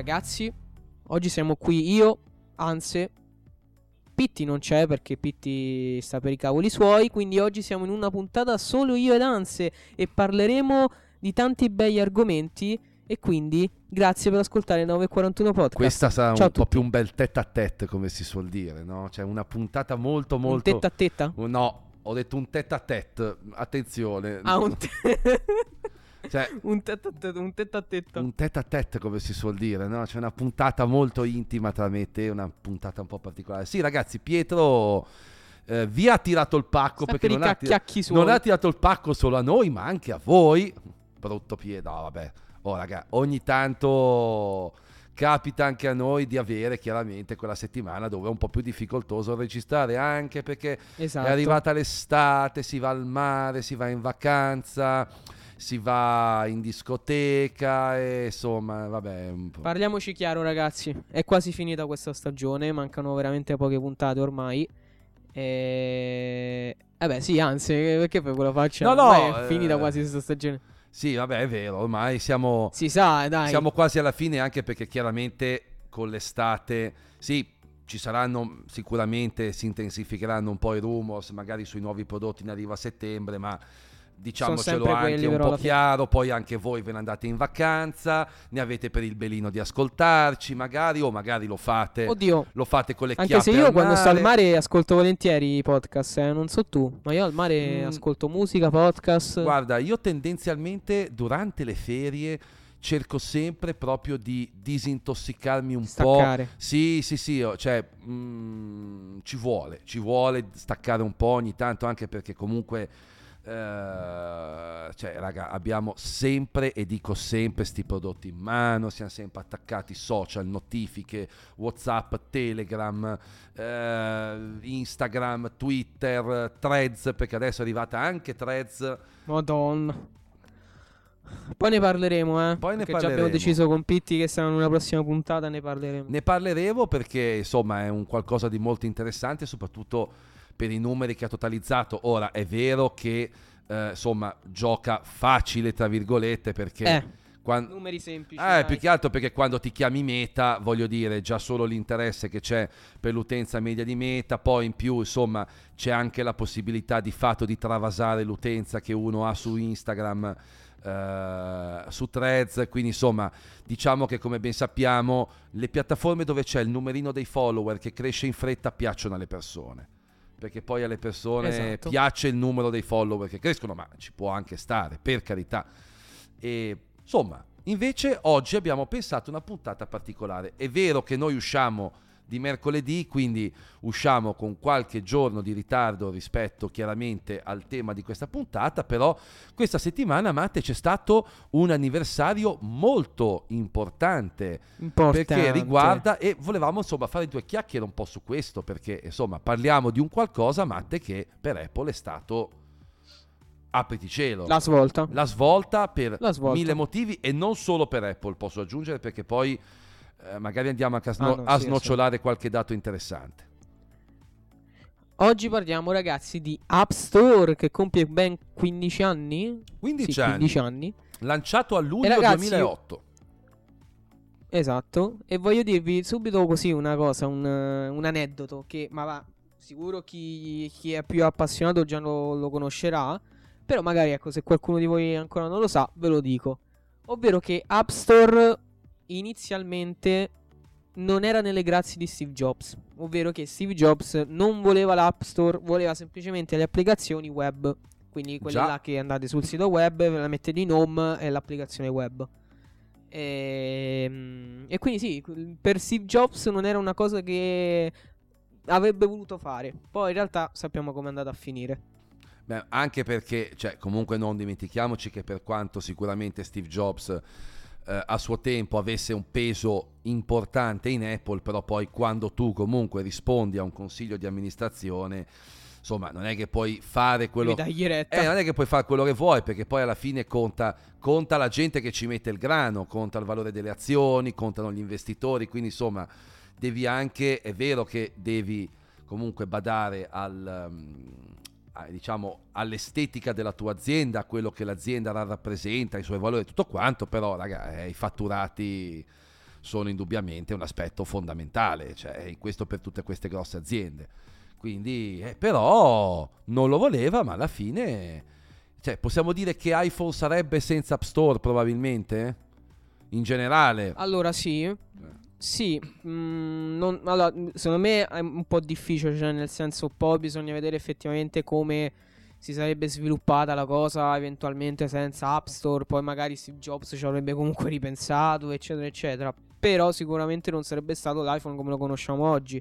ragazzi, oggi siamo qui io, Anse. Pitti non c'è perché Pitti sta per i cavoli suoi, quindi oggi siamo in una puntata solo io ed Anse e parleremo di tanti begli argomenti. E quindi grazie per ascoltare 941 Podcast. Questa sarà Ciao a un po' tutti. più un bel tête à tête, come si suol dire, no? Cioè una puntata molto Un tetta a tetta? No, ho detto un tête à tête, attenzione. Ah, Cioè, un tetta a tetta. un tête à tête, come si suol dire, no? C'è una puntata molto intima tra me e te, una puntata un po' particolare. Sì, ragazzi, Pietro vi ha tirato il pacco, Sta perché per i cacchiacchi suoi. non ha tirato il pacco solo a noi, ma anche a voi. Brutto Pietro, no, vabbè. Oh, raga, ogni tanto capita anche a noi di avere chiaramente quella settimana dove è un po' più difficoltoso registrare, anche perché Esatto. è arrivata l'estate, si va al mare, si va in vacanza, si va in discoteca e insomma, vabbè, un po'. Parliamoci chiaro, ragazzi. È quasi finita questa stagione. Mancano veramente poche puntate ormai. Vabbè, sì, anzi, perché poi quella faccia? No, Ormai è finita quasi questa stagione. Sì, vabbè, è vero, ormai siamo Si sa, dai. siamo quasi alla fine, anche perché chiaramente con l'estate, sì, ci saranno sicuramente, si intensificheranno un po' i rumors, magari sui nuovi prodotti in arrivo a settembre, ma diciamocelo sempre anche quelli, un però, po' alla fine. chiaro, poi anche voi ve ne andate in vacanza, ne avete per il belino di ascoltarci, magari, o magari lo fate Oddio, con le anche chiappe se io al quando sto al mare. mare ascolto volentieri i podcast, non so tu, ma io al mare ascolto musica, podcast. Guarda, io tendenzialmente durante le ferie cerco sempre proprio di disintossicarmi un Staccare. po'. Sì, cioè ci vuole staccare un po' ogni tanto, anche perché comunque cioè, raga, abbiamo sempre, e dico sempre, sti prodotti in mano, siamo sempre attaccati, social, notifiche, WhatsApp, Telegram, Instagram, Twitter, Threads, perché adesso è arrivata anche Threads. Madonna. Poi ne parleremo, Poi ne perché già abbiamo parleremo. deciso con Pitti che sarà in una prossima puntata, ne parleremo. Ne parleremo perché insomma è un qualcosa di molto interessante, soprattutto per i numeri che ha totalizzato. Ora è vero che insomma gioca facile tra virgolette, perché numeri semplici. più che altro perché quando ti chiami Meta, voglio dire, già solo l'interesse che c'è per l'utenza media di Meta, poi in più insomma c'è anche la possibilità di fatto di travasare l'utenza che uno ha su Instagram, su Threads, quindi insomma diciamo che, come ben sappiamo, le piattaforme dove c'è il numerino dei follower che cresce in fretta piacciono alle persone, perché poi alle persone Esatto. piace il numero dei follower che crescono, ma ci può anche stare, per carità. E insomma, invece oggi abbiamo pensato una puntata particolare. È vero che noi usciamo di mercoledì, quindi usciamo con qualche giorno di ritardo rispetto chiaramente al tema di questa puntata, però questa settimana, Matte, c'è stato un anniversario molto importante. Perché riguarda, e volevamo insomma fare due chiacchiere un po' su questo, perché insomma parliamo di un qualcosa, Matte, che per Apple è stato, apriti cielo, La svolta per mille motivi, e non solo per Apple, posso aggiungere, perché poi magari andiamo anche a snocciolare qualche dato interessante. Oggi parliamo, ragazzi, di App Store, che compie ben 15 anni. 15 anni. Lanciato a luglio, ragazzi, 2008. Esatto. E voglio dirvi subito così una cosa, un aneddoto che, ma va, sicuro chi è più appassionato già lo conoscerà. Però magari, ecco, se qualcuno di voi ancora non lo sa, ve lo dico. Ovvero che App Store inizialmente non era nelle grazie di Steve Jobs. Ovvero che Steve Jobs non voleva l'App Store, voleva semplicemente le applicazioni web. Quindi quelle là che andate sul sito web, ve la mettete in home e l'applicazione web. E quindi sì, per Steve Jobs non era una cosa che avrebbe voluto fare. Poi in realtà sappiamo come è andata a finire. Beh, anche perché, cioè, comunque non dimentichiamoci che per quanto sicuramente Steve Jobs a suo tempo avesse un peso importante in Apple, però poi quando tu comunque rispondi a un consiglio di amministrazione, insomma, non è che puoi fare quello non è che puoi fare quello che vuoi, perché poi alla fine conta la gente che ci mette il grano, conta il valore delle azioni, contano gli investitori, quindi insomma devi anche, è vero che devi comunque badare diciamo all'estetica della tua azienda, a quello che l'azienda rappresenta, i suoi valori e tutto quanto, però raga, i fatturati sono indubbiamente un aspetto fondamentale, cioè questo per tutte queste grosse aziende. Quindi, però non lo voleva, ma alla fine, cioè, possiamo dire che iPhone sarebbe senza App Store probabilmente? In generale. Allora sì, sì, allora, secondo me è un po' difficile, cioè nel senso poi bisogna vedere effettivamente come si sarebbe sviluppata la cosa eventualmente senza App Store, poi magari Steve Jobs ci avrebbe comunque ripensato, eccetera, eccetera. Però sicuramente non sarebbe stato l'iPhone come lo conosciamo oggi.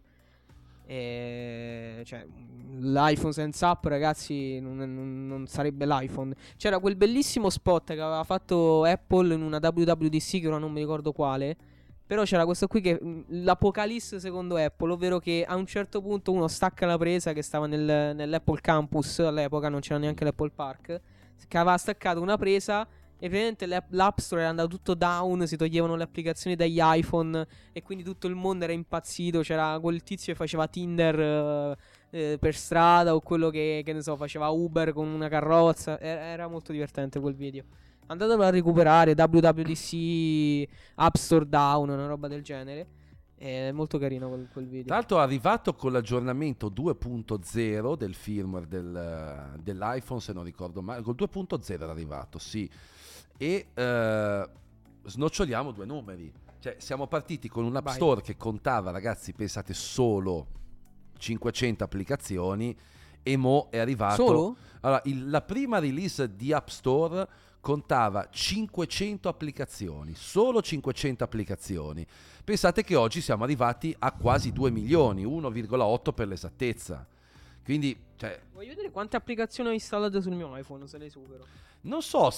Cioè, l'iPhone senza app, ragazzi, non sarebbe l'iPhone. C'era quel bellissimo spot che aveva fatto Apple in una WWDC, che ora non mi ricordo quale. Però c'era questo qui che l'apocalisse secondo Apple, ovvero che a un certo punto uno stacca la presa che stava nell'Apple Campus, all'epoca non c'era neanche l'Apple Park, che aveva staccato una presa e praticamente l'App Store era andato tutto down, si toglievano le applicazioni dagli iPhone e quindi tutto il mondo era impazzito. C'era quel tizio che faceva Tinder per strada, o quello che ne so, faceva Uber con una carrozza. Era molto divertente quel video. Andatelo a recuperare, WWDC App Store Down, una roba del genere. È molto carino quel video. Tra l'altro è arrivato con l'aggiornamento 2.0 del firmware dell'iPhone, se non ricordo male. Col 2.0 era arrivato, sì. E snoccioliamo due numeri. Cioè, siamo partiti con un App Store che contava, ragazzi, pensate, solo 500 applicazioni. E mo' è arrivato... Solo? Allora, la prima release di App Store contava 500 applicazioni, solo 500 applicazioni. Pensate che oggi siamo arrivati a quasi 2 milioni, 1,8 per l'esattezza. Quindi, cioè, voglio vedere quante applicazioni ho installato sul mio iPhone, se le supero. non so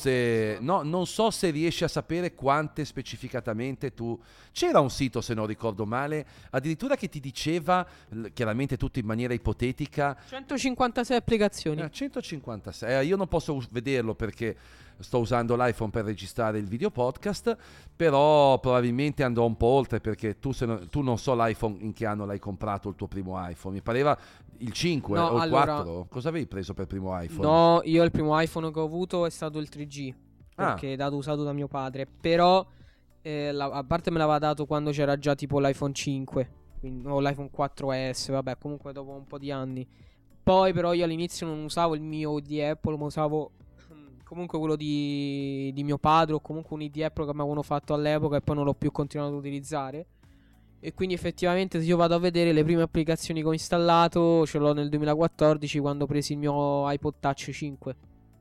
se riesci a sapere quante specificatamente tu... C'era un sito, se non ricordo male, addirittura che ti diceva, chiaramente tutto in maniera ipotetica... 156 applicazioni. 156, io non posso vederlo perché sto usando l'iPhone per registrare il video podcast, però probabilmente andrò un po' oltre, perché tu non so l'iPhone in che anno l'hai comprato il tuo primo iPhone, mi pareva il 5 o il 4. Cosa avevi preso per primo iPhone? No, io il primo iPhone che ho avuto è stato il 3G, perché è dato usato da mio padre. Però a parte me l'aveva dato quando c'era già tipo l'iPhone 5 o l'iPhone 4S, vabbè, comunque dopo un po' di anni. Poi però io all'inizio non usavo il mio di Apple, ma usavo comunque quello di mio padre, o comunque un ID Apple che mi avevano fatto all'epoca e poi non l'ho più continuato ad utilizzare. E quindi effettivamente se io vado a vedere le prime applicazioni che ho installato, ce l'ho nel 2014 quando ho preso il mio iPod Touch 5.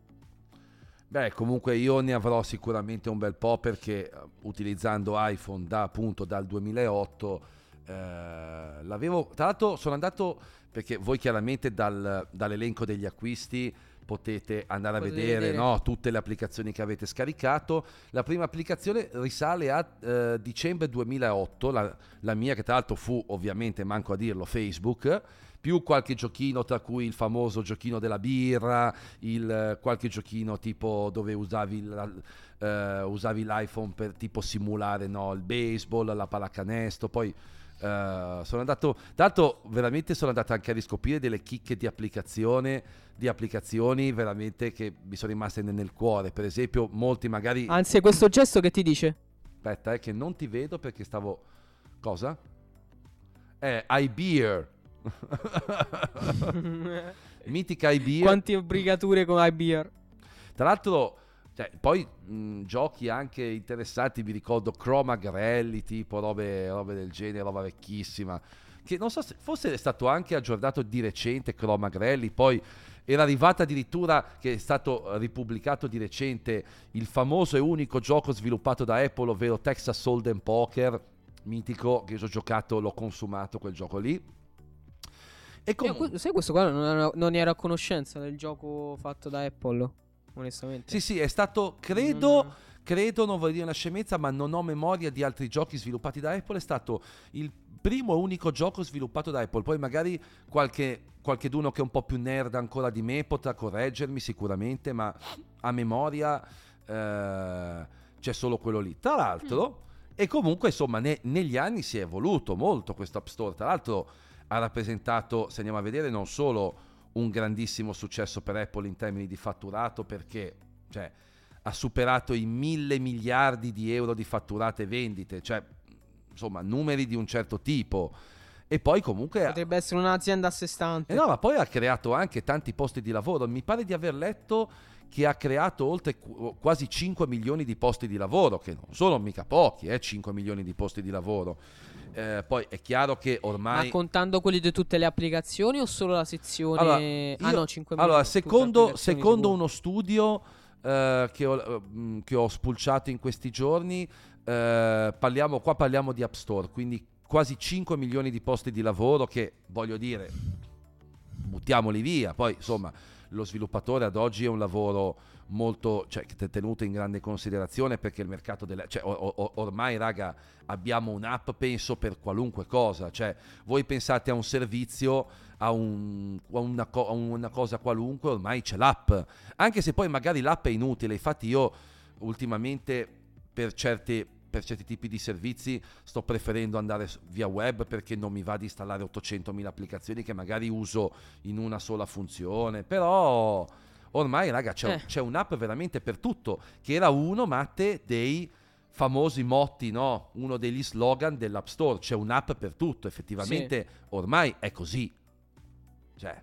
Beh, comunque io ne avrò sicuramente un bel po', perché utilizzando iPhone appunto dal 2008 l'avevo... Tra l'altro sono andato, perché voi chiaramente dall'elenco degli acquisti potete andare a vedere, no, tutte le applicazioni che avete scaricato. La prima applicazione risale a dicembre 2008, la mia, che tra l'altro fu, ovviamente, manco a dirlo, Facebook, più qualche giochino, tra cui il famoso giochino della birra, qualche giochino tipo dove usavi l'iPhone per tipo simulare, no, il baseball, la pallacanestro. Poi sono andato, tanto veramente sono andato anche a riscoprire delle chicche di applicazioni veramente che mi sono rimaste nel cuore. Per esempio, molti magari... Anzi, questo gesto che ti dice? Aspetta, che non ti vedo perché stavo... Cosa? iBeer. Mitica iBeer. Quante obbligature con iBeer. Tra l'altro, cioè, poi giochi anche interessanti, mi ricordo Chroma Grelli, tipo robe del genere, roba vecchissima, che non so se forse è stato anche aggiornato di recente Chroma Grelli. Poi era arrivata addirittura, che è stato ripubblicato di recente, il famoso e unico gioco sviluppato da Apple, ovvero Texas Hold'em Poker, mitico, che io ho giocato, l'ho consumato quel gioco lì. E sai, questo qua non era a conoscenza del gioco fatto da Apple, onestamente. Sì, è stato, credo, non voglio dire una scemenza, ma non ho memoria di altri giochi sviluppati da Apple. È stato il primo e unico gioco sviluppato da Apple. Poi magari qualcheduno che è un po' più nerd ancora di me potrà correggermi sicuramente, ma a memoria c'è solo quello lì. Tra l'altro, e comunque insomma negli anni si è evoluto molto questo App Store. Tra l'altro ha rappresentato, se andiamo a vedere, non solo un grandissimo successo per Apple in termini di fatturato, perché ha superato i 1.000 miliardi di euro di fatturate e vendite. Cioè, insomma, numeri di un certo tipo. E poi comunque potrebbe essere un'azienda a sé stante. no, ma poi ha creato anche tanti posti di lavoro. Mi pare di aver letto che ha creato oltre quasi 5 milioni di posti di lavoro, che non sono mica pochi, 5 milioni di posti di lavoro. Poi è chiaro che ormai... Ma contando quelli di tutte le applicazioni o solo la sezione... Allora, no, 5 allora milioni, tutte le applicazioni secondo sicuro. uno studio che ho spulciato in questi giorni, parliamo di App Store, quindi quasi 5 milioni di posti di lavoro che, voglio dire, buttiamoli via. Poi, insomma, lo sviluppatore ad oggi è un lavoro molto, cioè, tenuto in grande considerazione, perché il mercato cioè, ormai, raga, abbiamo un'app, penso, per qualunque cosa. Cioè, voi pensate a un servizio, a una cosa qualunque, ormai c'è l'app, anche se poi magari l'app è inutile. Infatti io ultimamente per certi tipi di servizi sto preferendo andare via web, perché non mi va di installare 800.000 applicazioni che magari uso in una sola funzione. Però ormai, raga, c'è un'app veramente per tutto, che era uno, Matte, dei famosi motti, no? Uno degli slogan dell'App Store: c'è un'app per tutto. Effettivamente ormai è così. Cioè,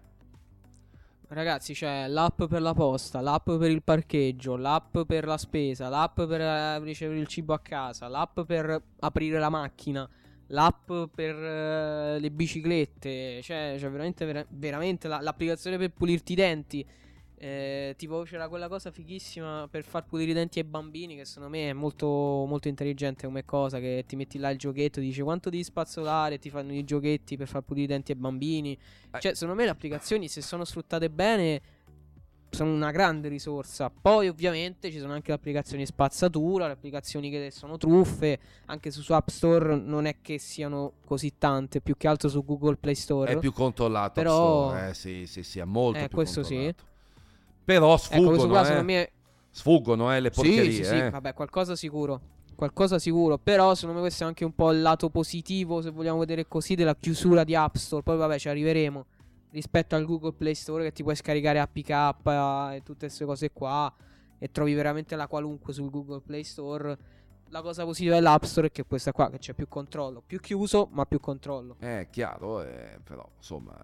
Ragazzi, c'è l'app per la posta, l'app per il parcheggio, l'app per la spesa, l'app per ricevere il cibo a casa, l'app per aprire la macchina, l'app per le biciclette. C'è veramente l'applicazione per pulirti i denti. Tipo c'era quella cosa fighissima per far pulire i denti ai bambini, che secondo me è molto, molto intelligente come cosa, che ti metti là il giochetto, dice quanto devi spazzolare, ti fanno i giochetti per far pulire i denti ai bambini. Cioè, secondo me le applicazioni, se sono sfruttate bene, sono una grande risorsa. Poi ovviamente ci sono anche le applicazioni spazzatura, le applicazioni che sono truffe. Anche su App Store non è che siano così tante, più che altro su Google Play Store è più controllato. però App Store, sì, è molto più questo controllato. sì. Però Ecco, questo qua secondo me sfuggono le porcherie. sì, vabbè, qualcosa sicuro. Qualcosa sicuro. Però secondo me questo è anche un po' il lato positivo, se vogliamo vedere così, della chiusura di App Store. Poi vabbè, ci arriveremo. Rispetto al Google Play Store, che ti puoi scaricare APK e tutte queste cose qua, e trovi veramente la qualunque sul Google Play Store. La cosa positiva dell'App Store è che questa qua, che c'è più controllo. Più chiuso, ma più controllo. Chiaro, però insomma,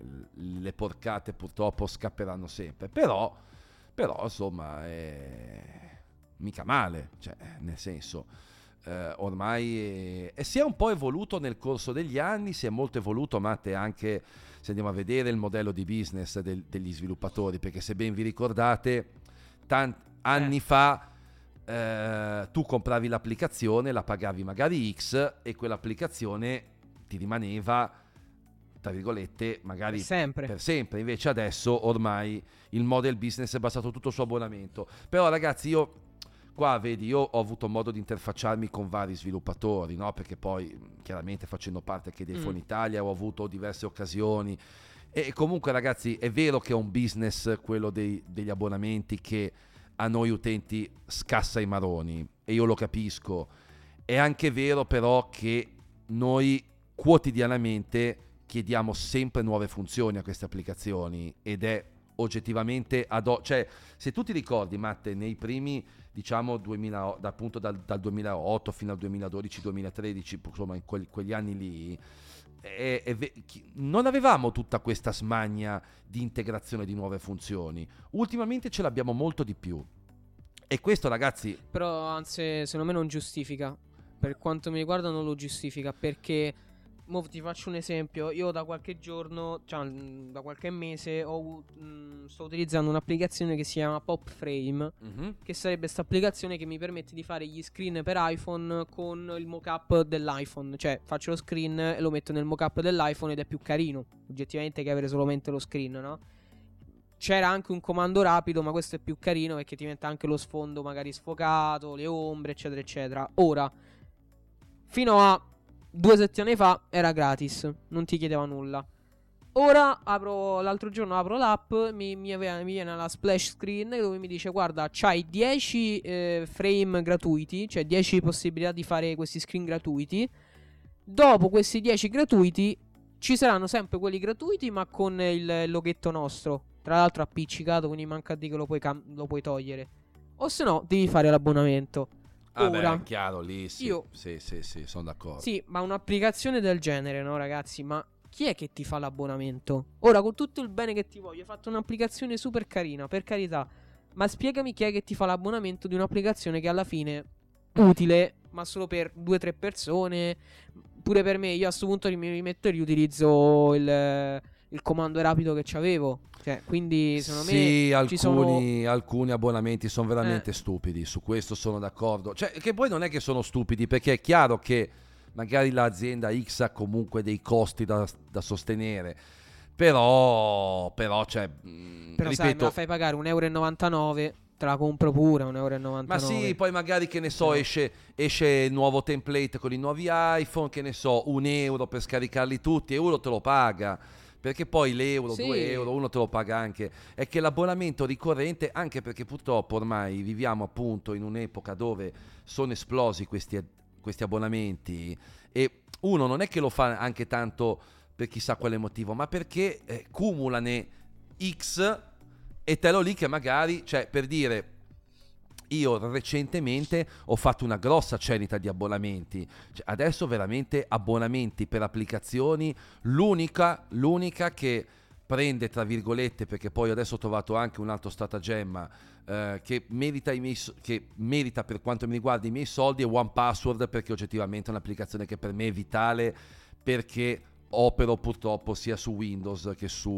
le porcate purtroppo scapperanno sempre. Però insomma, mica male, cioè, nel senso, ormai si è un po' evoluto nel corso degli anni. Si è molto evoluto, Matte, anche se andiamo a vedere il modello di business degli sviluppatori, perché se ben vi ricordate, anni fa tu compravi l'applicazione, la pagavi magari X, e quell'applicazione ti rimaneva, tra virgolette, magari per sempre. Invece adesso ormai il model business è basato tutto su abbonamento. Però, ragazzi, io ho avuto modo di interfacciarmi con vari sviluppatori, no? Perché poi chiaramente, facendo parte anche dei Phone Italia, ho avuto diverse occasioni. E comunque, ragazzi, è vero che è un business quello degli abbonamenti che a noi utenti scassa i maroni, e io lo capisco. È anche vero però che noi quotidianamente chiediamo sempre nuove funzioni a queste applicazioni, ed è oggettivamente cioè, se tu ti ricordi, Matte, nei primi, diciamo, 2000, appunto dal 2008 fino al 2012-2013, insomma in quegli anni lì, non avevamo tutta questa smania di integrazione di nuove funzioni. Ultimamente ce l'abbiamo molto di più, e questo, ragazzi, però anzi, secondo me non giustifica. Per quanto mi riguarda non lo giustifica, perché ti faccio un esempio. Io da qualche giorno, cioè da qualche mese, sto utilizzando un'applicazione che si chiama PopFrame, che sarebbe questa applicazione che mi permette di fare gli screen per iPhone con il mockup dell'iPhone. Cioè faccio lo screen e lo metto nel mockup dell'iPhone, ed è più carino oggettivamente che avere solamente lo screen, no? C'era anche un comando rapido, ma questo è più carino perché ti mette anche lo sfondo magari sfocato, le ombre, eccetera eccetera. Ora, fino a 2 settimane fa era gratis, non ti chiedeva nulla. Ora l'altro giorno apro l'app, mi viene la splash screen dove mi dice: guarda, c'hai 10 frame gratuiti, cioè 10 possibilità di fare questi screen gratuiti. Dopo questi 10 gratuiti ci saranno sempre quelli gratuiti, ma con il loghetto nostro, tra l'altro appiccicato, quindi manca a dire che lo puoi togliere. O se no devi fare l'abbonamento. Ora, Beh, chiaro, lì sì, io sì, sono d'accordo. sì, ma un'applicazione del genere, no, ragazzi? Ma chi è che ti fa l'abbonamento? Ora, con tutto il bene che ti voglio, hai fatto un'applicazione super carina, per carità. Ma spiegami chi è che ti fa l'abbonamento di un'applicazione che alla fine è utile, ma solo per 2 o 3 persone. Pure per me, io a questo punto mi rimetto e riutilizzo il comando rapido che c'avevo. Cioè, quindi secondo me Sì, ci sono. alcuni abbonamenti sono veramente stupidi, su questo sono d'accordo. Cioè, che poi non è che sono stupidi, perché è chiaro che magari l'azienda X ha comunque dei costi da sostenere, però cioè, Però sai, me la ripeto, fai pagare 1,99 €, te la compro pure a ma sì, 1,99 €. poi magari che ne so, No. esce il nuovo template con i nuovi iPhone, che ne so, 1 € per scaricarli tutti e uno te lo paga. Perché poi l'euro, Sì, 2 € uno te lo paga anche. È che l'abbonamento ricorrente, anche perché purtroppo ormai viviamo appunto in un'epoca dove sono esplosi questi abbonamenti, e uno non è che lo fa anche tanto per chissà quale motivo, ma perché cumulane X e te lo lì che magari, cioè per dire, io recentemente ho fatto una grossa cernita di abbonamenti. Cioè, adesso veramente abbonamenti per applicazioni, l'unica che prende tra virgolette, perché poi adesso ho trovato anche un altro stratagemma che merita che merita per quanto mi riguarda i miei soldi, è OnePassword, perché oggettivamente è un'applicazione che per me è vitale, perché opero purtroppo sia su Windows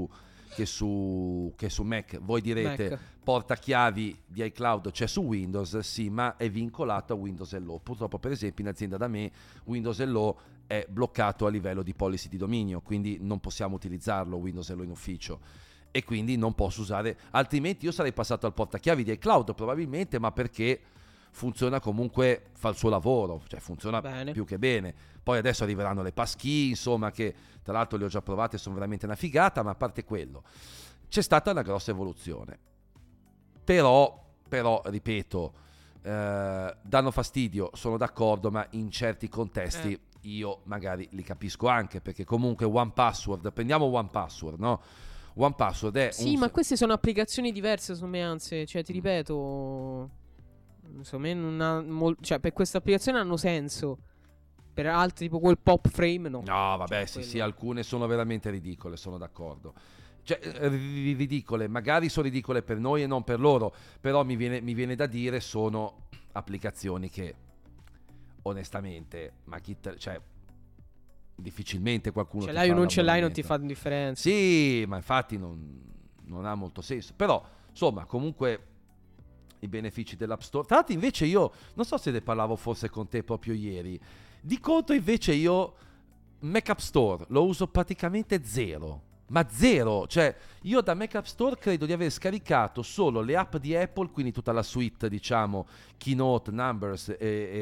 che su Mac. Voi direte, Mac. portachiavi di iCloud c'è su Windows, sì, ma è vincolato a Windows Hello. Purtroppo, per esempio, in azienda da me Windows Hello è bloccato a livello di policy di dominio, quindi non possiamo utilizzarlo Windows Hello in ufficio, e quindi non posso usare, altrimenti io sarei passato al portachiavi di iCloud probabilmente, ma perché funziona comunque, fa il suo lavoro, cioè funziona Bene. più che bene. Poi adesso arriveranno le passkey, insomma, che tra l'altro le ho già provate e sono veramente una figata, ma a parte quello c'è stata una grossa evoluzione. Però ripeto, danno fastidio, sono d'accordo, ma in certi contesti io magari li capisco anche, perché comunque OnePassword, prendiamo OnePassword, no? OnePassword è Sì, ma queste sono applicazioni diverse, secondo me, anzi, cioè, ti ripeto, secondo me non ha cioè, per queste applicazioni hanno senso. Per altri, tipo quel pop frame, no. No, vabbè, Cioè, sì, quello. alcune sono veramente ridicole, sono d'accordo. Cioè, ridicole, magari sono ridicole per noi e non per loro, però mi viene da dire sono applicazioni che onestamente, ma cioè, difficilmente qualcuno Ce ti l'hai o fa non ce l'hai, non ti l'abbonamento. fa differenza. Sì, ma infatti non ha molto senso. Però, insomma, comunque i benefici dell'App Store. Tra l'altro invece io, non so se ne parlavo forse con te proprio ieri, di contro invece io Mac App Store lo uso praticamente zero. Ma zero, cioè io da Mac App Store credo di aver scaricato solo le app di Apple, quindi tutta la suite, diciamo, Keynote, Numbers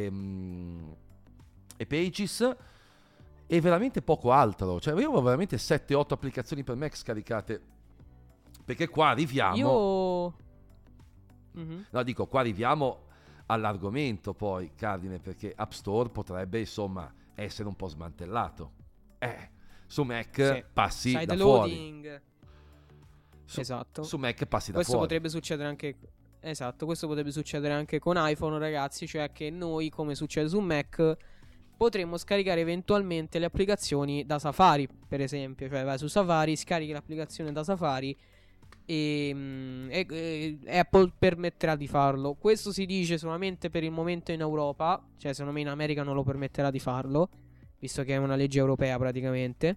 e Pages, e veramente poco altro. Cioè io avevo veramente 7-8 applicazioni per Mac scaricate, perché qua arriviamo... Io. Mhm. No, dico, qua arriviamo all'argomento poi, Cardine, perché App Store potrebbe, insomma, essere un po' smantellato. Su Mac Sì. passi Side da fuori. loading. Esatto. Su Mac passi da Questo fuori. potrebbe succedere anche. Esatto, questo potrebbe succedere anche con iPhone, ragazzi. Cioè che noi, come succede su Mac, potremmo scaricare eventualmente le applicazioni da Safari, per esempio. Cioè vai su Safari, scarichi l'applicazione da Safari e Apple permetterà di farlo. Questo si dice solamente per il momento in Europa. Cioè secondo me in America non lo permetterà di farlo, visto che è una legge europea praticamente.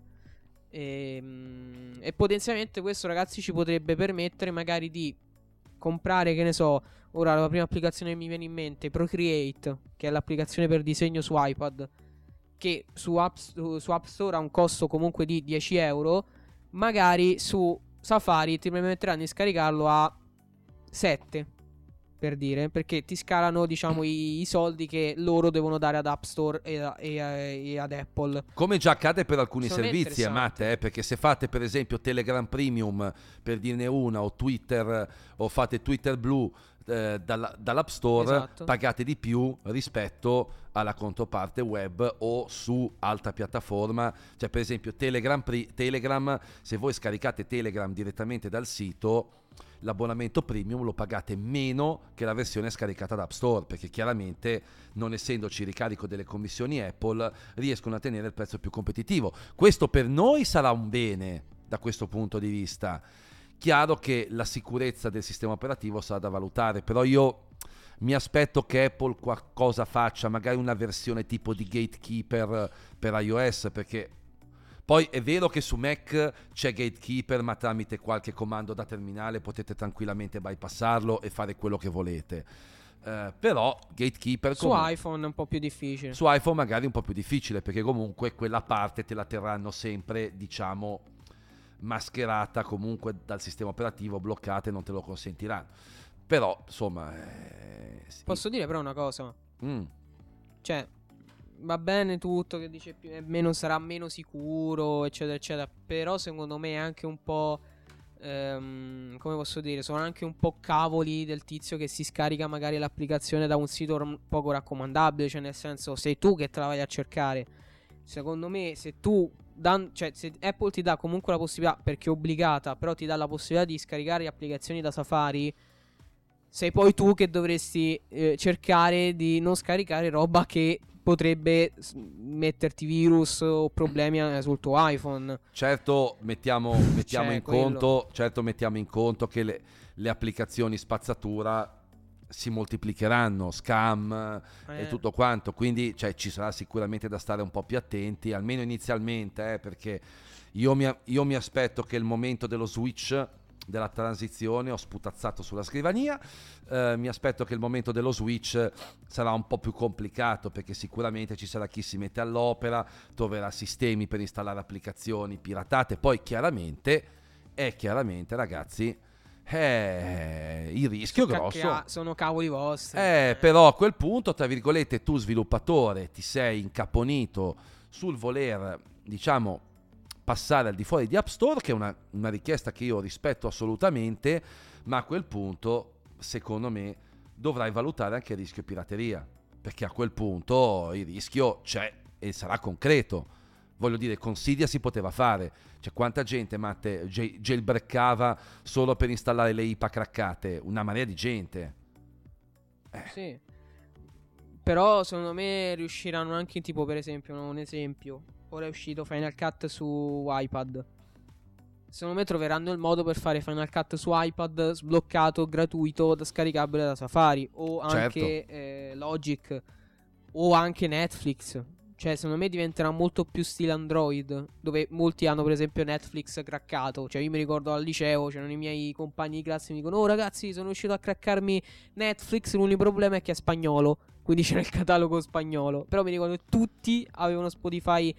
E potenzialmente questo, ragazzi, ci potrebbe permettere magari di comprare, che ne so, ora la prima applicazione che mi viene in mente, Procreate, che è l'applicazione per disegno su iPad, che su App Store ha un costo comunque di 10 euro. Magari su Safari ti permetteranno di scaricarlo a 7, per dire, perché ti scalano, diciamo, i soldi che loro devono dare ad App Store e ad Apple. Come già accade per alcuni Secondo me è servizi, Matte, perché se fate per esempio Telegram Premium, per dirne una, o Twitter, o fate Twitter Blue, dall'App Store, Esatto. pagate di più rispetto alla controparte web o su altra piattaforma. Cioè, per esempio Telegram, se voi scaricate Telegram direttamente dal sito, l'abbonamento premium lo pagate meno che la versione scaricata da App Store, perché chiaramente, non essendoci ricarico delle commissioni Apple, riescono a tenere il prezzo più competitivo. Questo per noi sarà un bene da questo punto di vista. Chiaro che la sicurezza del sistema operativo sarà da valutare, però io mi aspetto che Apple qualcosa faccia, magari una versione tipo di Gatekeeper per iOS, perché poi è vero che su Mac c'è Gatekeeper, ma tramite qualche comando da terminale potete tranquillamente bypassarlo e fare quello che volete. Però Gatekeeper Su iPhone è un po' più difficile. su iPhone magari è un po' più difficile, perché comunque quella parte te la terranno sempre, diciamo, mascherata comunque dal sistema operativo, bloccata, e non te lo consentiranno. Però insomma sì. Posso dire però una cosa? Mm. Cioè, va bene tutto che dice meno, sarà meno sicuro, eccetera, eccetera. Però secondo me è anche un po', come posso dire, sono anche un po' cavoli del tizio che si scarica magari l'applicazione da un sito poco raccomandabile. Cioè, nel senso, sei tu che te la vai a cercare. Secondo me, se tu cioè, se Apple ti dà comunque la possibilità, perché è obbligata, però ti dà la possibilità di scaricare applicazioni da Safari, sei poi tu che dovresti cercare di non scaricare roba che potrebbe metterti virus o problemi sul tuo iPhone. Certo, mettiamo in conto, certo mettiamo in conto che le applicazioni spazzatura si moltiplicheranno, scam e tutto quanto, quindi cioè, ci sarà sicuramente da stare un po' più attenti, almeno inizialmente, perché io mi aspetto che il momento dello switch, della transizione, ho sputazzato sulla scrivania, mi aspetto che il momento dello switch sarà un po' più complicato, perché sicuramente ci sarà chi si mette all'opera, troverà sistemi per installare applicazioni piratate. Poi chiaramente ragazzi, il rischio grosso sono cavoli vostri. Però a quel punto, tra virgolette, tu sviluppatore ti sei incaponito sul voler, diciamo, passare al di fuori di App Store, che è una richiesta che io rispetto assolutamente, ma a quel punto, secondo me, dovrai valutare anche il rischio pirateria, perché a quel punto il rischio c'è e sarà concreto. Voglio dire, con Cydia si poteva fare. Cioè, quanta gente jailbreakava solo per installare le IPA craccate? Una marea di gente. Sì. Però secondo me riusciranno anche, tipo, per esempio, un esempio, ora è uscito Final Cut su iPad. Secondo me troveranno il modo per fare Final Cut su iPad sbloccato, gratuito, scaricabile da Safari, o anche Logic, o anche Netflix. Cioè, secondo me diventerà molto più stile Android, dove molti hanno, per esempio, Netflix craccato. Cioè, io mi ricordo al liceo, c'erano i miei compagni di classe, mi dicono: oh ragazzi, sono riuscito a craccarmi Netflix, l'unico problema è che è spagnolo, quindi c'era il catalogo spagnolo. Però mi ricordo che tutti avevano Spotify,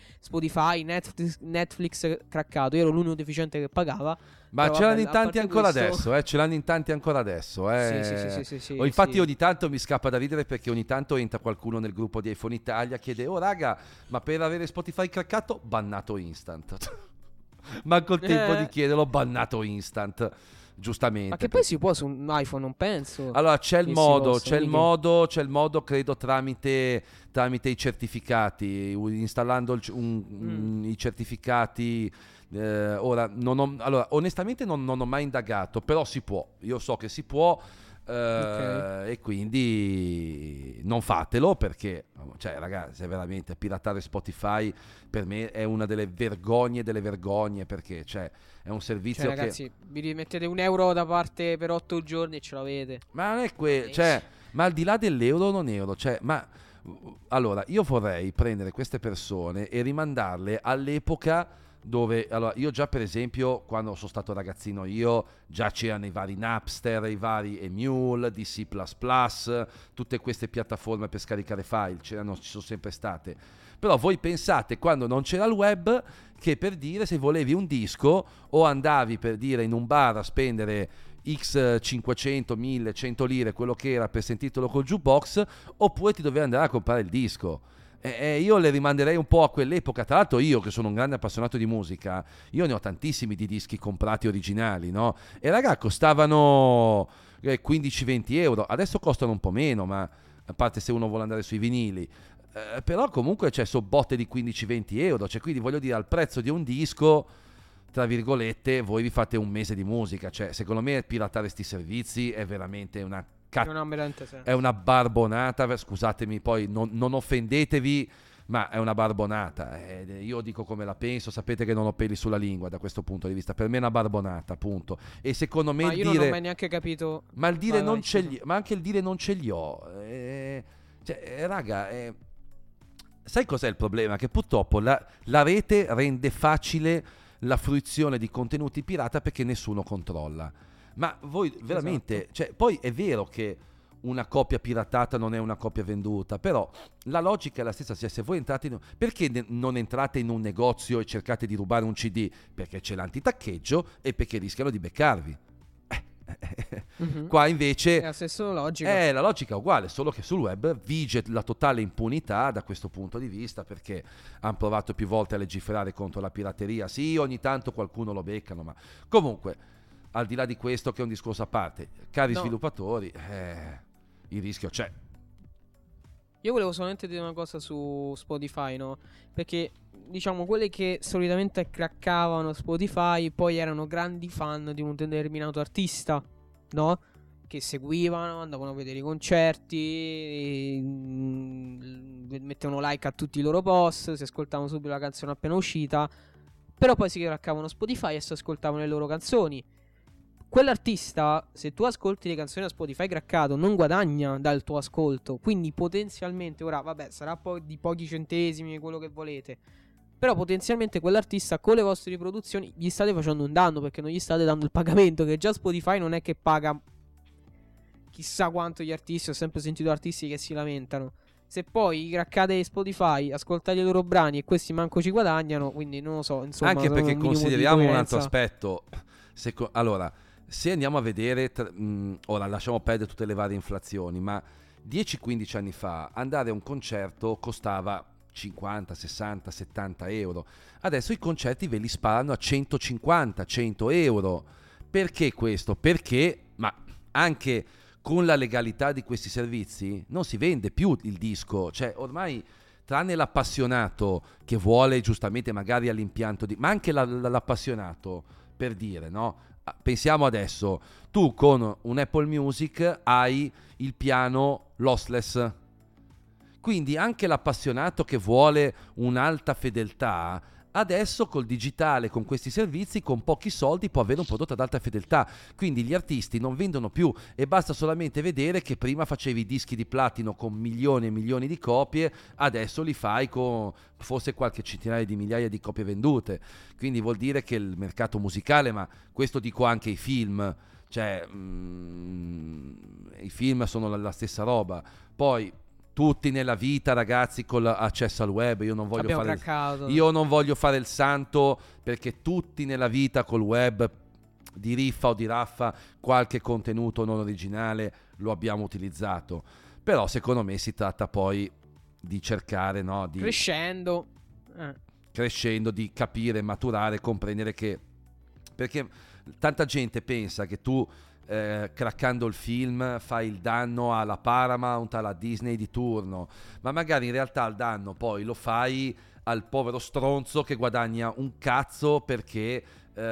Netflix craccato. Io ero l'unico deficiente che pagava. Ma però ce l'hanno vabbè, in tanti ancora questo... adesso, ce l'hanno in tanti ancora adesso. Sì, O infatti sì. ogni tanto mi scappa da ridere, perché ogni tanto entra qualcuno nel gruppo di iPhone Italia, chiede: oh raga, ma per avere Spotify craccato, bannato instant. Manco il tempo di chiederlo, bannato instant. Giustamente. Ma che poi si può su un iPhone, non penso. Allora c'è il che modo, si possa, c'è il modo, credo, tramite i certificati, installando i certificati. Ora, onestamente non ho mai indagato, però si può. Io so che si può. E quindi non fatelo, perché, cioè, ragazzi, è veramente piratare Spotify per me è una delle vergogne, perché, cioè, è un servizio, cioè, ragazzi, vi rimettete €1 da parte per 8 giorni e ce l'avete. ma non è cioè, ma al di là dell'euro o non euro, cioè, ma allora io vorrei prendere queste persone e rimandarle all'epoca dove, allora, io già, per esempio, quando sono stato ragazzino io, già c'erano i vari Napster, i vari Emule, DC++, tutte queste piattaforme per scaricare file, ci sono sempre state. Però voi pensate, quando non c'era il web, che, per dire, se volevi un disco o andavi, per dire, in un bar a spendere X 500, 1000, 100 lire, quello che era, per sentirtelo col jukebox, oppure ti dovevi andare a comprare il disco. Io le rimanderei un po' a quell'epoca. Tra l'altro, io che sono un grande appassionato di musica, io ne ho tantissimi di dischi comprati originali, no? E raga, costavano 15-20 euro, adesso costano un po' meno, ma a parte se uno vuole andare sui vinili, però comunque c'è botte di 15-20 euro, cioè quindi voglio dire al prezzo di un disco, tra virgolette, voi vi fate un mese di musica, cioè secondo me piratare sti servizi è veramente è una barbonata, scusatemi, poi non offendetevi, ma è una barbonata. Io dico come la penso, sapete che non ho peli sulla lingua da questo punto di vista, per me è una barbonata, appunto. E secondo me Ma io non ho mai neanche capito. ma il dire non Vai, ce scusa. li, ma anche il dire non ce li ho, raga, sai cos'è il problema? Che purtroppo la rete rende facile la fruizione di contenuti pirata perché nessuno controlla. Ma voi veramente, Esatto. cioè, poi è vero che una copia piratata non è una copia venduta, però la logica è la stessa. Cioè, se voi perché non entrate in un negozio e cercate di rubare un CD? Perché c'è l'antitaccheggio e perché rischiano di beccarvi. Mhm. Qua È invece la stessa logica. la logica è uguale, solo che sul web vige la totale impunità da questo punto di vista, perché hanno provato più volte a legiferare contro la pirateria. Sì, ogni tanto qualcuno lo beccano, ma comunque, al di là di questo, che è un discorso a parte, cari No, sviluppatori, il rischio c'è. io volevo solamente dire una cosa su Spotify, no? Perché, diciamo, quelli che solitamente craccavano Spotify poi erano grandi fan di un determinato artista, no? Che seguivano, andavano a vedere i concerti, mettevano like a tutti i loro post, si ascoltavano subito la canzone appena uscita, però poi si craccavano Spotify e si ascoltavano le loro canzoni. Quell'artista, se tu ascolti le canzoni a Spotify craccato, non guadagna dal tuo ascolto. Quindi potenzialmente, ora vabbè, sarà poi di pochi centesimi, quello che volete. Però potenzialmente quell'artista con le vostre riproduzioni gli state facendo un danno, perché non gli state dando il pagamento. Che già Spotify non è che paga chissà quanto gli artisti. Ho sempre sentito artisti che si lamentano. Se poi craccate Spotify, ascoltate i loro brani e questi manco ci guadagnano, quindi non lo so, insomma, Anche un perché minimo di consideriamo un altro coerenza. aspetto. Allora, se andiamo a vedere, ora lasciamo perdere tutte le varie inflazioni, ma 10-15 anni fa andare a un concerto costava 50, 60, 70 euro. Adesso i concerti ve li sparano a 150, 100 euro. Perché questo? Perché, ma anche con la legalità di questi servizi, non si vende più il disco. Cioè, ormai, tranne l'appassionato che vuole giustamente magari all'impianto ma anche l'appassionato, per dire, no? Pensiamo adesso, tu con un Apple Music hai il piano lossless, quindi anche l'appassionato che vuole un'alta fedeltà, adesso col digitale, con questi servizi, con pochi soldi può avere un prodotto ad alta fedeltà. Quindi gli artisti non vendono più e basta solamente vedere che prima facevi dischi di platino con milioni e milioni di copie, adesso li fai con forse qualche centinaia di migliaia di copie vendute. Quindi vuol dire che il mercato musicale, ma questo dico anche i film, cioè i film sono la stessa roba. Poi tutti nella vita, ragazzi, con l'accesso al web, Abbiamo craccato. io non voglio fare il santo, perché tutti nella vita col web, di riffa o di raffa, qualche contenuto non originale lo abbiamo utilizzato. Però secondo me si tratta poi di cercare, no, di crescendo, di capire, maturare, comprendere che, perché tanta gente pensa che tu craccando il film fai il danno alla Paramount, alla Disney di turno, ma magari in realtà il danno poi lo fai al povero stronzo che guadagna un cazzo perché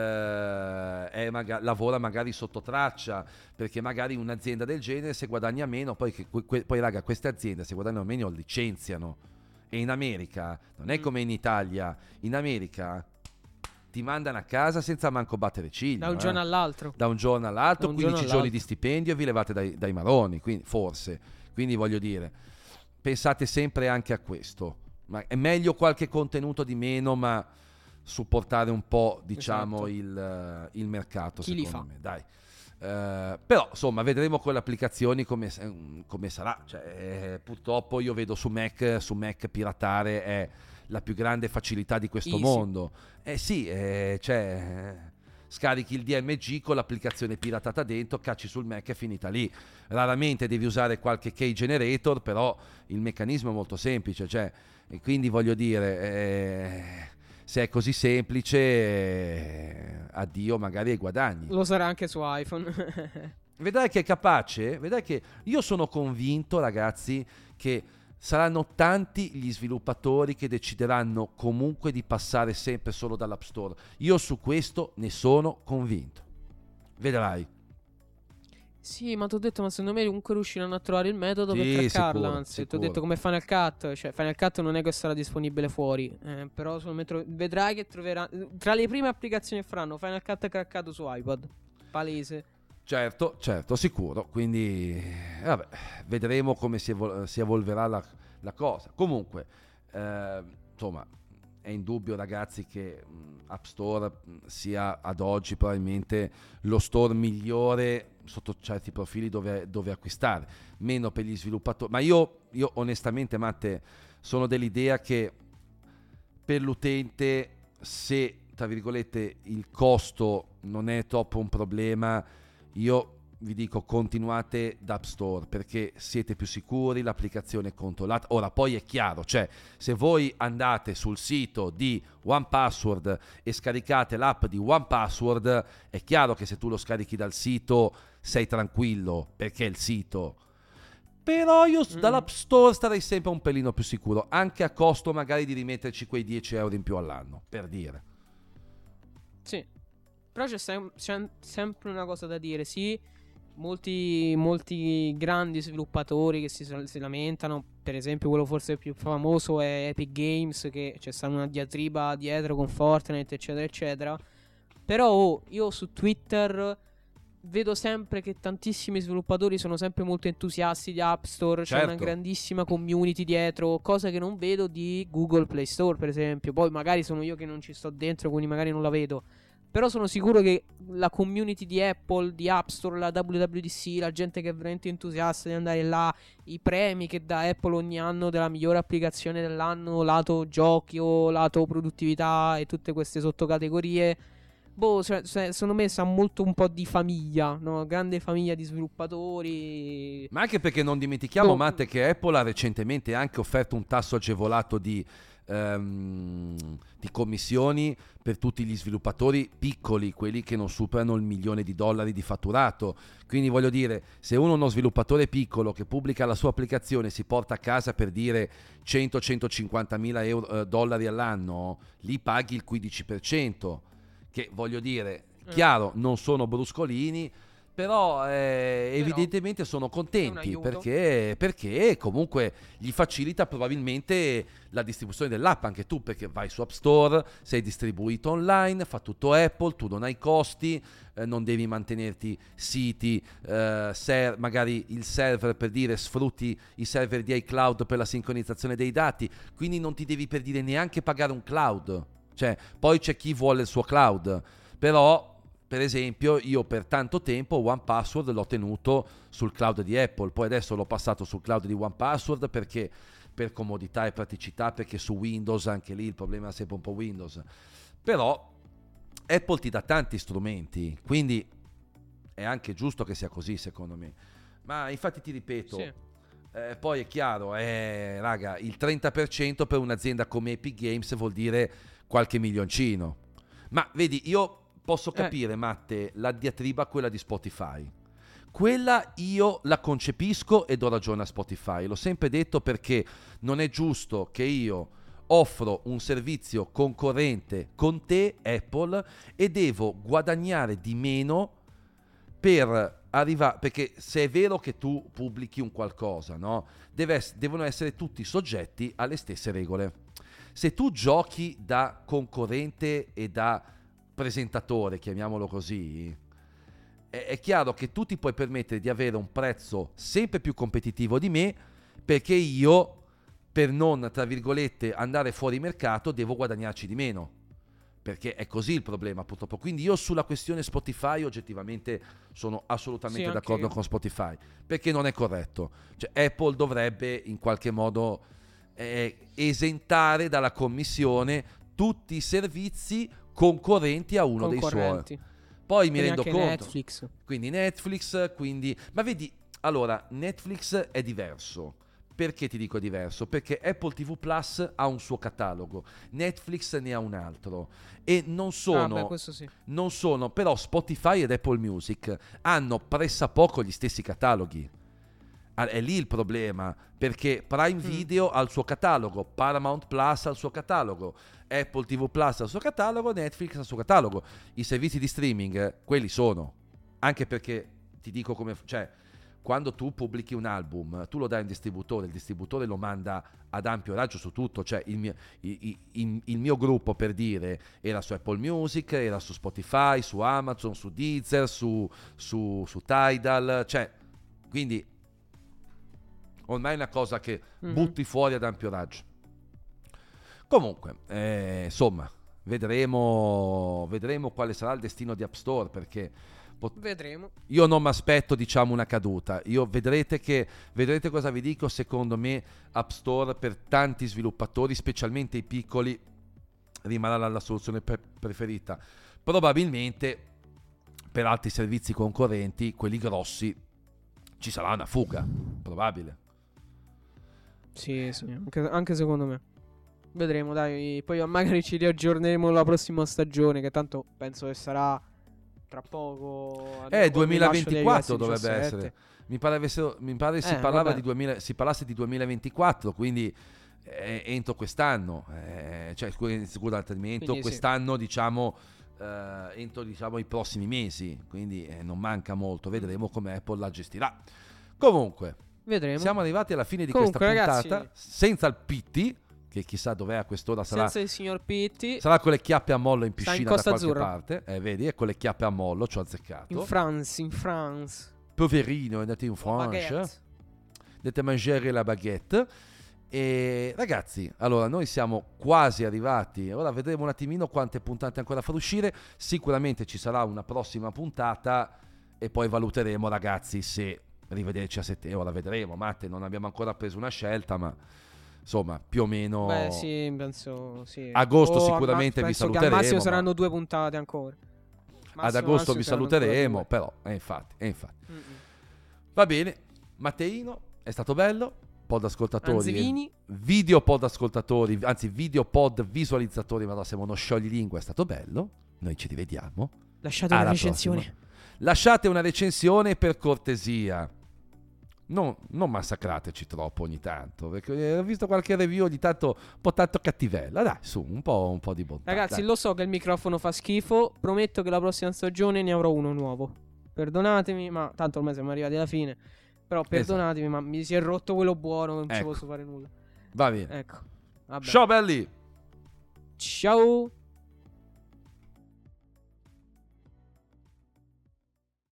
lavora magari sotto traccia, perché magari un'azienda del genere, se guadagna meno, poi raga, queste aziende se guadagnano meno licenziano. E in America non è come in Italia, in America ti mandano a casa senza manco battere ciglio. Da un giorno all'altro. Da un giorno all'altro, Da un 15 giorno giorni all'altro. di stipendio e vi levate dai maroni, quindi, forse. Quindi voglio dire, pensate sempre anche a questo. Ma è meglio qualche contenuto di meno, ma supportare un po', diciamo, Esatto. il mercato, Chi li secondo fa? me. Dai. Però insomma vedremo con le applicazioni come sarà. Cioè, purtroppo io vedo su Mac piratare è la più grande facilità di questo Easy. mondo. Sì, scarichi il DMG con l'applicazione piratata dentro, cacci sul Mac e è finita lì. Raramente devi usare qualche key generator, però il meccanismo è molto semplice, cioè, e quindi voglio dire, se è così semplice, addio magari ai guadagni. Lo sarà anche su iPhone. vedrai che è capace, vedrai che io sono convinto, ragazzi, che saranno tanti gli sviluppatori che decideranno comunque di passare sempre solo dall'App Store. Io su questo ne sono convinto. Vedrai. Sì, ma ti ho detto, ma secondo me comunque riusciranno a trovare il metodo per Sì, craccarla. sicuro, Anzi, ti ho sicuro. detto come Final Cut. Cioè, Final Cut non è che sarà disponibile fuori. Però secondo me vedrai che troverà. Tra le prime applicazioni che faranno, Final Cut craccato su iPad. Palese. Certo, sicuro. Quindi, vabbè, vedremo come si evolverà la cosa. Comunque, insomma, è indubbio, ragazzi, che App Store sia ad oggi probabilmente lo store migliore sotto certi profili dove acquistare. Meno per gli sviluppatori. Ma io onestamente, Matte, sono dell'idea che per l'utente, se tra virgolette il costo non è troppo un problema, io vi dico continuate da App Store perché siete più sicuri, l'applicazione è controllata. Ora poi è chiaro, cioè se voi andate sul sito di OnePassword e scaricate l'app di OnePassword, è chiaro che se tu lo scarichi dal sito sei tranquillo perché è il sito. Però io dall'App Store starei sempre un pelino più sicuro, anche a costo magari di rimetterci quei 10 euro in più all'anno, per dire. Sì. Però c'è sempre una cosa da dire. Sì, molti grandi sviluppatori che si lamentano. Per esempio, quello forse più famoso è Epic Games, che c'è stata una diatriba dietro con Fortnite, eccetera, eccetera. Però io su Twitter vedo sempre che tantissimi sviluppatori sono sempre molto entusiasti di App Store. C'è una Certo. grandissima community dietro, cosa che non vedo di Google Play Store, per esempio. Poi magari sono io che non ci sto dentro, quindi magari non la vedo. Però sono sicuro che la community di Apple, di App Store, la WWDC, la gente che è veramente entusiasta di andare là, i premi che dà Apple ogni anno della migliore applicazione dell'anno, lato giochi o lato produttività e tutte queste sottocategorie, secondo me sa molto un po' di famiglia, no? Grande famiglia di sviluppatori. Ma anche perché non dimentichiamo, Matte, che Apple ha recentemente anche offerto un tasso agevolato di commissioni per tutti gli sviluppatori piccoli, quelli che non superano il $1.000.000 di fatturato. Quindi voglio dire, se uno sviluppatore piccolo che pubblica la sua applicazione si porta a casa, per dire, 100-150 mila dollari all'anno, lì paghi il 15%, che voglio dire, chiaro, non sono bruscolini, però evidentemente sono contenti perché comunque gli facilita probabilmente la distribuzione dell'app. Anche tu, perché vai su App Store, sei distribuito online, fa tutto Apple, tu non hai costi, non devi mantenerti siti, magari il server, per dire, sfrutti i server di iCloud per la sincronizzazione dei dati, quindi non ti devi, per dire, neanche pagare un cloud. Cioè, poi c'è chi vuole il suo cloud, però per esempio io per tanto tempo OnePassword l'ho tenuto sul cloud di Apple, poi adesso l'ho passato sul cloud di OnePassword perché per comodità e praticità, perché su Windows anche lì il problema è sempre un po' Windows. Però Apple ti dà tanti strumenti, quindi è anche giusto che sia così, secondo me. Ma infatti ti ripeto, Sì. poi è chiaro, raga, il 30% per un'azienda come Epic Games vuol dire qualche milioncino. Ma vedi, io posso capire, Matte, la diatriba, quella di Spotify. Quella io la concepisco e do ragione a Spotify. L'ho sempre detto, perché non è giusto che io offro un servizio concorrente con te, Apple, e devo guadagnare di meno per arrivare, perché se è vero che tu pubblichi un qualcosa, no? Devono essere tutti soggetti alle stesse regole. Se tu giochi da concorrente e da presentatore, chiamiamolo così, è chiaro che tu ti puoi permettere di avere un prezzo sempre più competitivo di me, perché io, per non, tra virgolette, andare fuori mercato, devo guadagnarci di meno, perché è così il problema, purtroppo. Quindi io sulla questione Spotify oggettivamente sono assolutamente d'accordo con Spotify, perché non è corretto. Cioè, Apple dovrebbe in qualche modo esentare dalla commissione tutti i servizi concorrenti a uno dei suoi. Poi mi rendo conto, Netflix. Quindi Netflix, ma vedi, allora Netflix è diverso, Perché ti dico diverso? Perché Apple TV Plus ha un suo catalogo, Netflix ne ha un altro, e non sono, questo sì. non sono, però Spotify ed Apple Music hanno pressappoco gli stessi cataloghi. È lì il problema, perché Prime Video ha il suo catalogo, Paramount Plus ha il suo catalogo, Apple TV Plus ha il suo catalogo, Netflix ha il suo catalogo. I servizi di streaming, quelli sono. Anche perché, ti dico come... Cioè, quando tu pubblichi un album, tu lo dai a un distributore, il distributore lo manda ad ampio raggio su tutto. Cioè, il mio gruppo, per dire, era su Apple Music, era su Spotify, su Amazon, su Deezer, su Tidal, cioè... Quindi... ormai è una cosa che butti fuori ad ampio raggio. Comunque, insomma, vedremo quale sarà il destino di App Store, perché vedremo. io non mi aspetto, diciamo, una caduta. Vedrete cosa vi dico. Secondo me App Store per tanti sviluppatori, specialmente i piccoli, rimarrà la soluzione preferita. Probabilmente per altri servizi concorrenti, quelli grossi, ci sarà una fuga, probabile. Sì, anche secondo me. Vedremo, dai. Poi magari ci riaggiorneremo la prossima stagione, che tanto penso che sarà tra poco. 2024 dovrebbe essere. Mi pare si parlasse di 2024, quindi entro quest'anno. Cioè, scusate, entro quest'anno, diciamo, entro, diciamo, i prossimi mesi. Quindi non manca molto. Vedremo come Apple la gestirà. Comunque, vedremo. Siamo arrivati alla fine di questa puntata, ragazzi, senza il Pitti, che chissà dov'è a quest'ora. Senza il signor Pitti. Sarà con le chiappe a mollo in piscina da qualche Azzurra. parte. Vedi, è con le chiappe a mollo, ci ho azzeccato. In France. Poverino, è andato in Francia. Dovete mangiare la baguette. E ragazzi, allora noi siamo quasi arrivati. Ora vedremo un attimino quante puntate ancora far uscire. Sicuramente ci sarà una prossima puntata e poi valuteremo, ragazzi, se rivederci a settembre. Ora vedremo, Matte, non abbiamo ancora preso una scelta, ma insomma, più o meno. Beh, sì, penso sì. Agosto sicuramente vi saluteremo. Che al massimo saranno 2 puntate ancora. Ad agosto vi saluteremo, però, infatti. Va bene, Matteino, è stato bello. Pod ascoltatori, video pod ascoltatori, anzi video pod visualizzatori, ma no, siamo uno scioglilingua, è stato bello. Noi ci rivediamo. Lasciate una recensione. Lasciate una recensione, per cortesia. Non massacrateci troppo ogni tanto, perché ho visto qualche review ogni tanto un po' tanto cattivella. Dai, su, un po' di bontà. Ragazzi, dai. Lo so che il microfono fa schifo. Prometto che la prossima stagione ne avrò uno nuovo. Perdonatemi, ma tanto ormai siamo arrivati alla fine. Però perdonatemi, ma mi si è rotto quello buono, non ci posso fare nulla. Va bene. Ecco. Vabbè. Ciao belli. Ciao.